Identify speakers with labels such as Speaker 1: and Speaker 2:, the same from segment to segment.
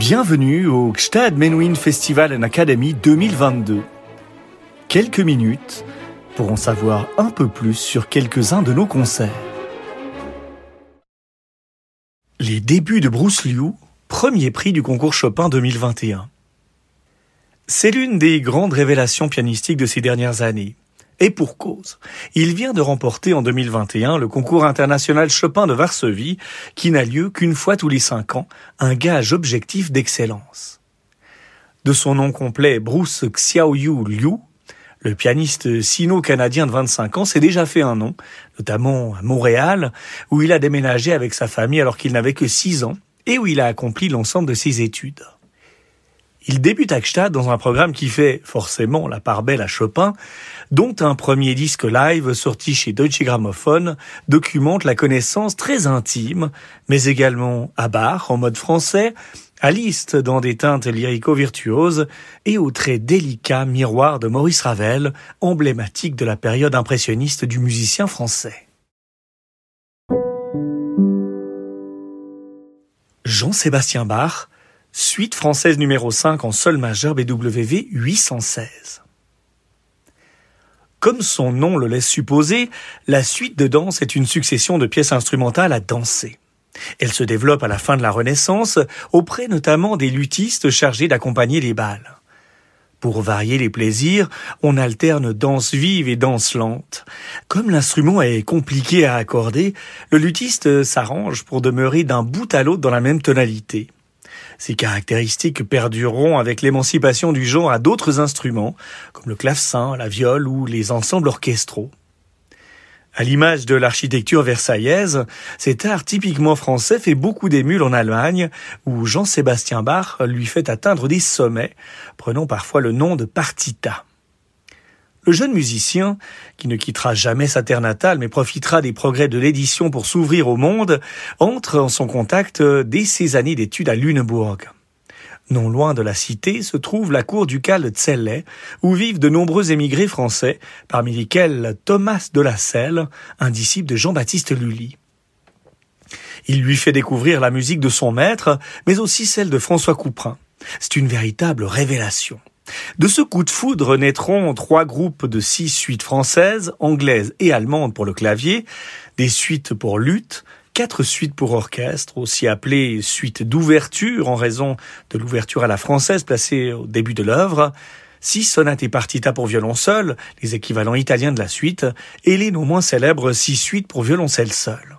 Speaker 1: Bienvenue au Gstad Menuhin Festival and Academy 2022. Quelques minutes pour en savoir un peu plus sur quelques-uns de nos concerts. Les débuts de Bruce Liu, premier prix du concours Chopin 2021. C'est l'une des grandes révélations pianistiques de ces dernières années. Et pour cause, il vient de remporter en 2021 le concours international Chopin de Varsovie, qui n'a lieu qu'une fois tous les 5 ans, un gage objectif d'excellence. De son nom complet Bruce Xiaoyu Liu, le pianiste sino-canadien de 25 ans s'est déjà fait un nom, notamment à Montréal, où il a déménagé avec sa famille alors qu'il n'avait que 6 ans et où il a accompli l'ensemble de ses études. Il débute à Gstad dans un programme qui fait forcément la part belle à Chopin, dont un premier disque live sorti chez Deutsche Grammophon documente la connaissance très intime, mais également à Bach en mode français, à Liszt dans des teintes lyrico-virtuoses et au très délicat miroir de Maurice Ravel, emblématique de la période impressionniste du musicien français. Jean-Sébastien Bach, suite française numéro 5 en sol majeur BWV 816. Comme son nom le laisse supposer, la suite de danse est une succession de pièces instrumentales à danser. Elle se développe à la fin de la Renaissance, auprès notamment des luthistes chargés d'accompagner les bals. Pour varier les plaisirs, on alterne danse vive et danse lente. Comme l'instrument est compliqué à accorder, le luthiste s'arrange pour demeurer d'un bout à l'autre dans la même tonalité. Ces caractéristiques perdureront avec l'émancipation du genre à d'autres instruments, comme le clavecin, la viole ou les ensembles orchestraux. À l'image de l'architecture versaillaise, cet art typiquement français fait beaucoup d'émules en Allemagne, où Jean-Sébastien Bach lui fait atteindre des sommets, prenant parfois le nom de partita. Le jeune musicien, qui ne quittera jamais sa terre natale mais profitera des progrès de l'édition pour s'ouvrir au monde, entre en son contact dès ses années d'études à Lunebourg. Non loin de la cité se trouve la cour ducale de Celle, où vivent de nombreux émigrés français, parmi lesquels Thomas de la Selle, un disciple de Jean-Baptiste Lully. Il lui fait découvrir la musique de son maître, mais aussi celle de François Couperin. C'est une véritable révélation. De ce coup de foudre naîtront 3 groupes de 6 suites françaises, anglaises et allemandes pour le clavier, des suites pour luth, 4 suites pour orchestre, aussi appelées suites d'ouverture en raison de l'ouverture à la française placée au début de l'œuvre, 6 sonates et partita pour violon seul, les équivalents italiens de la suite, et les non moins célèbres 6 suites pour violoncelle seul.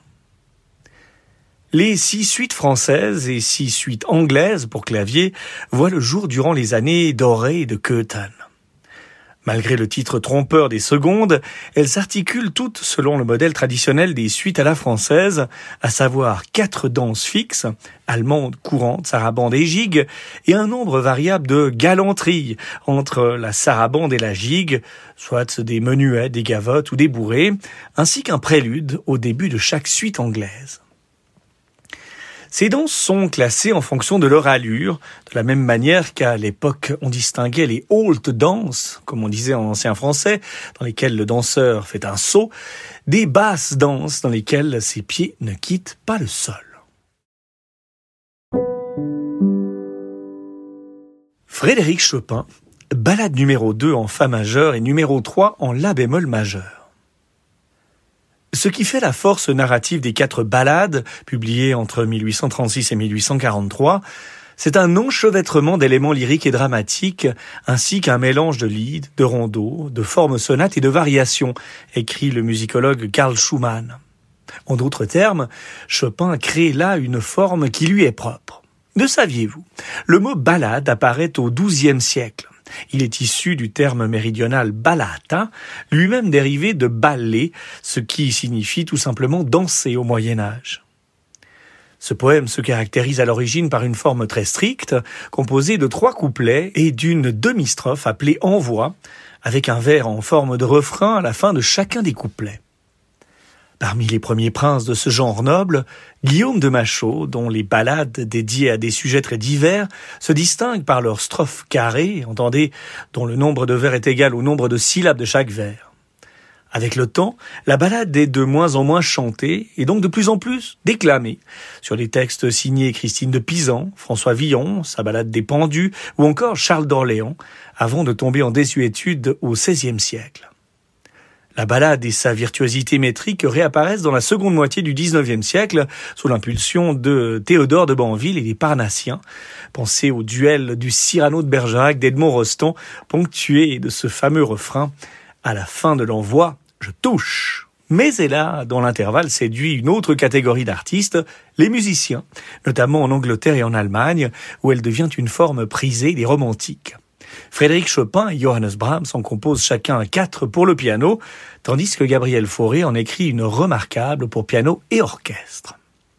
Speaker 1: Les 6 suites françaises et 6 suites anglaises pour clavier voient le jour durant les années dorées de Köthen. Malgré le titre trompeur des secondes, elles s'articulent toutes selon le modèle traditionnel des suites à la française, à savoir 4 danses fixes, allemande, courante, sarabande et gigue, et un nombre variable de galanteries entre la sarabande et la gigue, soit des menuets, des gavottes ou des bourrées, ainsi qu'un prélude au début de chaque suite anglaise. Ces danses sont classées en fonction de leur allure, de la même manière qu'à l'époque on distinguait les haute danses, comme on disait en ancien français, dans lesquelles le danseur fait un saut, des basses danses dans lesquelles ses pieds ne quittent pas le sol. Frédéric Chopin, ballade numéro 2 en fa majeur et numéro 3 en la bémol majeur. Ce qui fait la force narrative des 4 ballades, publiées entre 1836 et 1843, c'est un enchevêtrement d'éléments lyriques et dramatiques, ainsi qu'un mélange de lieds, de rondeaux, de formes sonates et de variations, écrit le musicologue Carl Schumann. En d'autres termes, Chopin crée là une forme qui lui est propre. Le saviez-vous ? Le mot ballade apparaît au XIIe siècle. Il est issu du terme méridional ballata, lui-même dérivé de baller, ce qui signifie tout simplement danser au Moyen-Âge. Ce poème se caractérise à l'origine par une forme très stricte, composée de 3 couplets et d'une demi-strophe appelée envoi, avec un vers en forme de refrain à la fin de chacun des couplets. Parmi les premiers princes de ce genre noble, Guillaume de Machaut, dont les ballades dédiées à des sujets très divers se distinguent par leurs strophes carrées, entendez, dont le nombre de vers est égal au nombre de syllabes de chaque vers. Avec le temps, la ballade est de moins en moins chantée et donc de plus en plus déclamée. Sur des textes signés Christine de Pisan, François Villon, sa ballade des Pendus ou encore Charles d'Orléans, avant de tomber en désuétude au XVIe siècle. La ballade et sa virtuosité métrique réapparaissent dans la seconde moitié du XIXe siècle sous l'impulsion de Théodore de Banville et des Parnassiens. Pensez au duel du Cyrano de Bergerac d'Edmond Rostand, ponctué de ce fameux refrain « À la fin de l'envoi, je touche ». Mais elle a, dans l'intervalle, séduit une autre catégorie d'artistes, les musiciens, notamment en Angleterre et en Allemagne, où elle devient une forme prisée des romantiques. Frédéric Chopin et Johannes Brahms en composent chacun 4 pour le piano, tandis que Gabriel Fauré en écrit une remarquable pour piano et orchestre.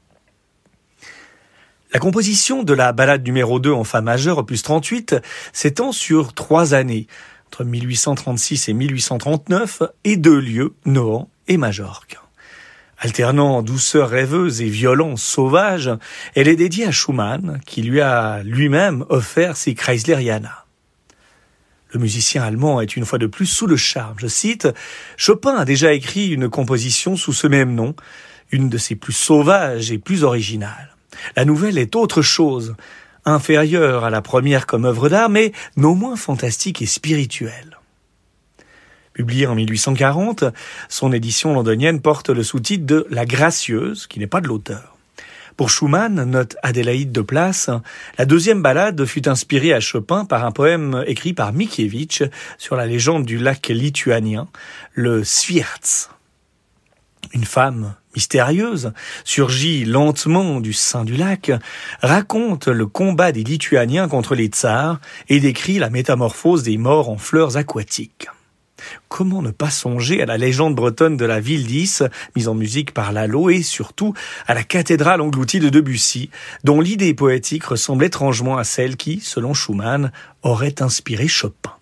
Speaker 1: La composition de la ballade numéro 2 en fa majeur, opus 38, s'étend sur 3 années, entre 1836 et 1839, et 2 lieux, Nohant et Majorque. Alternant douceur rêveuse et violence sauvage, elle est dédiée à Schumann, qui lui a lui-même offert ses Kreisleriana. Le musicien allemand est une fois de plus sous le charme. Je cite, « Chopin a déjà écrit une composition sous ce même nom, une de ses plus sauvages et plus originales. La nouvelle est autre chose, inférieure à la première comme œuvre d'art, mais non moins fantastique et spirituelle. » Publié en 1840, son édition londonienne porte le sous-titre de « La Gracieuse », qui n'est pas de l'auteur. Pour Schumann, note Adélaïde de Place, la deuxième ballade fut inspirée à Chopin par un poème écrit par Mickiewicz sur la légende du lac lituanien, le Svierz. Une femme mystérieuse, surgit lentement du sein du lac, raconte le combat des Lituaniens contre les tsars et décrit la métamorphose des morts en fleurs aquatiques. Comment ne pas songer à la légende bretonne de la ville d'Is, mise en musique par Lalo, et surtout à la cathédrale engloutie de Debussy, dont l'idée poétique ressemble étrangement à celle qui, selon Schumann, aurait inspiré Chopin.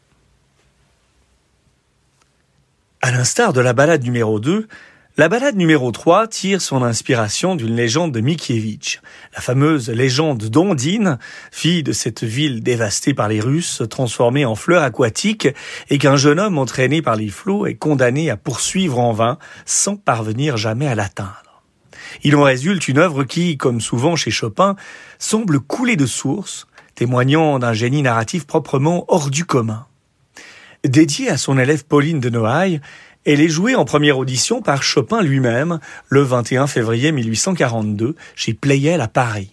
Speaker 1: À l'instar de la ballade numéro 2, la ballade numéro 3 tire son inspiration d'une légende de Mickiewicz, la fameuse légende d'Ondine, fille de cette ville dévastée par les Russes, transformée en fleur aquatique, et qu'un jeune homme entraîné par les flots est condamné à poursuivre en vain, sans parvenir jamais à l'atteindre. Il en résulte une œuvre qui, comme souvent chez Chopin, semble couler de source, témoignant d'un génie narratif proprement hors du commun. Dédiée à son élève Pauline de Noailles, elle est jouée en première audition par Chopin lui-même, le 21 février 1842, chez Pleyel à Paris.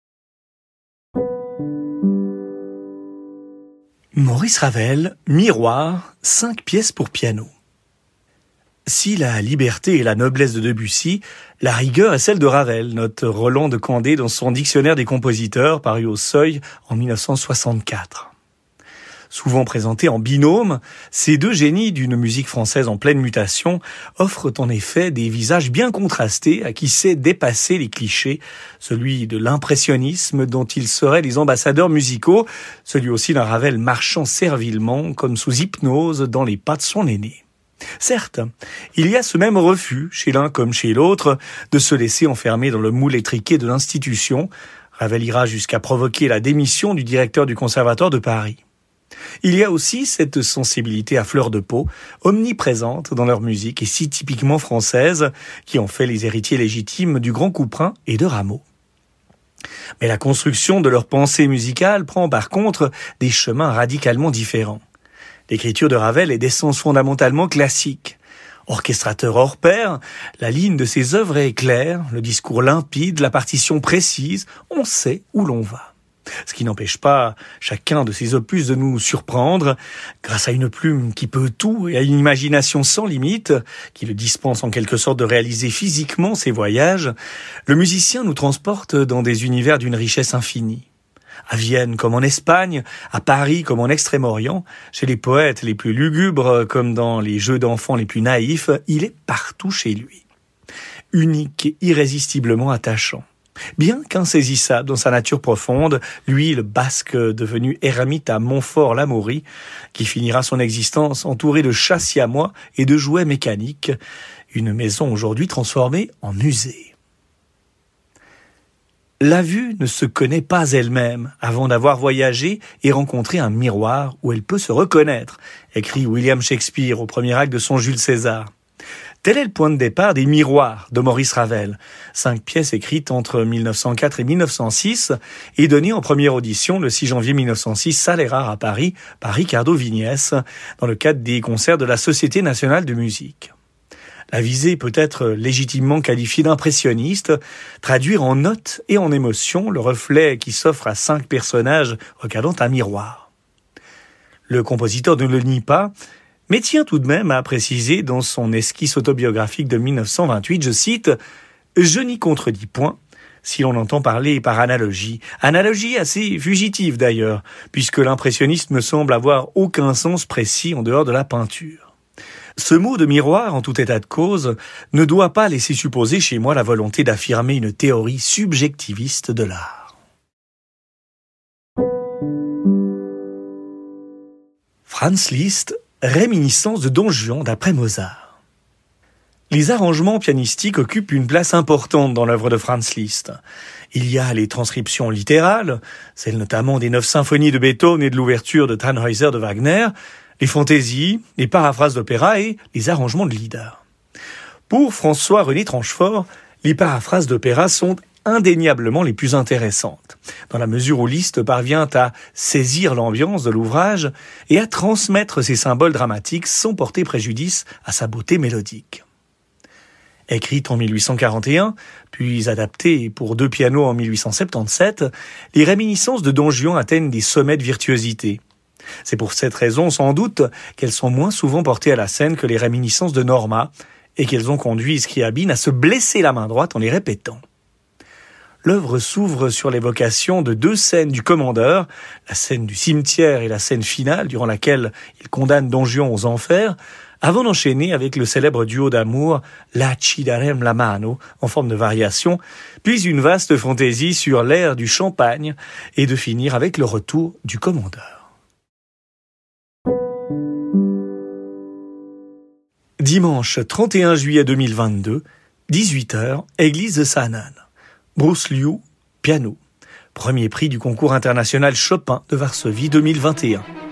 Speaker 1: Maurice Ravel, Miroir, 5 pièces pour piano. Si la liberté et la noblesse de Debussy, la rigueur est celle de Ravel, note Roland de Candé dans son dictionnaire des compositeurs, paru au Seuil en 1964. Souvent présentés en binôme, ces deux génies d'une musique française en pleine mutation offrent en effet des visages bien contrastés à qui sait dépasser les clichés, celui de l'impressionnisme dont ils seraient les ambassadeurs musicaux, celui aussi d'un Ravel marchant servilement comme sous hypnose dans les pas de son aîné. Certes, il y a ce même refus, chez l'un comme chez l'autre, de se laisser enfermer dans le moule étriqué de l'institution. Ravel ira jusqu'à provoquer la démission du directeur du Conservatoire de Paris. Il y a aussi cette sensibilité à fleur de peau, omniprésente dans leur musique et si typiquement française, qui en fait les héritiers légitimes du Grand Couperin et de Rameau. Mais la construction de leur pensée musicale prend par contre des chemins radicalement différents. L'écriture de Ravel est d'essence fondamentalement classique. Orchestrateur hors pair, la ligne de ses œuvres est claire, le discours limpide, la partition précise, on sait où l'on va. Ce qui n'empêche pas chacun de ses opus de nous surprendre, grâce à une plume qui peut tout et à une imagination sans limite, qui le dispense en quelque sorte de réaliser physiquement ses voyages, le musicien nous transporte dans des univers d'une richesse infinie. À Vienne comme en Espagne, à Paris comme en Extrême-Orient, chez les poètes les plus lugubres comme dans les jeux d'enfants les plus naïfs, il est partout chez lui. Unique et irrésistiblement attachant. Bien qu'insaisissable dans sa nature profonde, lui, le basque devenu ermite à Montfort-l'Amaury, qui finira son existence entouré de chats siamois et de jouets mécaniques, une maison aujourd'hui transformée en musée. La vue ne se connaît pas elle-même avant d'avoir voyagé et rencontré un miroir où elle peut se reconnaître, écrit William Shakespeare au premier acte de son Jules César. Tel est le point de départ des Miroirs de Maurice Ravel, 5 pièces écrites entre 1904 et 1906 et données en première audition le 6 janvier 1906 salle Erard à Paris par Ricardo Vignès dans le cadre des concerts de la Société nationale de musique. La visée peut être légitimement qualifiée d'impressionniste, traduire en notes et en émotions le reflet qui s'offre à 5 personnages regardant un miroir. Le compositeur ne le nie pas, mais tient tout de même à préciser dans son esquisse autobiographique de 1928, je cite « Je n'y contredis point », si l'on entend parler par analogie. Analogie assez fugitive d'ailleurs, puisque l'impressionnisme semble avoir aucun sens précis en dehors de la peinture. Ce mot de miroir, en tout état de cause, ne doit pas laisser supposer chez moi la volonté d'affirmer une théorie subjectiviste de l'art. Franz Liszt, réminiscence de Don Juan d'après Mozart. Les arrangements pianistiques occupent une place importante dans l'œuvre de Franz Liszt. Il y a les transcriptions littérales, celles notamment des 9 symphonies de Beethoven et de l'ouverture de Tannhäuser de Wagner, les fantaisies, les paraphrases d'opéra et les arrangements de lieder. Pour François-René Tranchefort, les paraphrases d'opéra sont indéniablement les plus intéressantes, dans la mesure où Liszt parvient à saisir l'ambiance de l'ouvrage et à transmettre ses symboles dramatiques sans porter préjudice à sa beauté mélodique. Écrite en 1841, puis adaptée pour 2 pianos en 1877, les réminiscences de Don Juan atteignent des sommets de virtuosité. C'est pour cette raison, sans doute, qu'elles sont moins souvent portées à la scène que les réminiscences de Norma, et qu'elles ont conduit Scriabine à se blesser la main droite en les répétant. L'œuvre s'ouvre sur l'évocation de 2 scènes du Commandeur, la scène du cimetière et la scène finale, durant laquelle il condamne Don Juan aux enfers, avant d'enchaîner avec le célèbre duo d'amour « La ci darem la mano » en forme de variation, puis une vaste fantaisie sur l'air du champagne, et de finir avec le retour du Commandeur. Dimanche 31 juillet 2022, 18h, église de Saanen. Bruce Liu, piano. Premier prix du concours international Chopin de Varsovie 2021.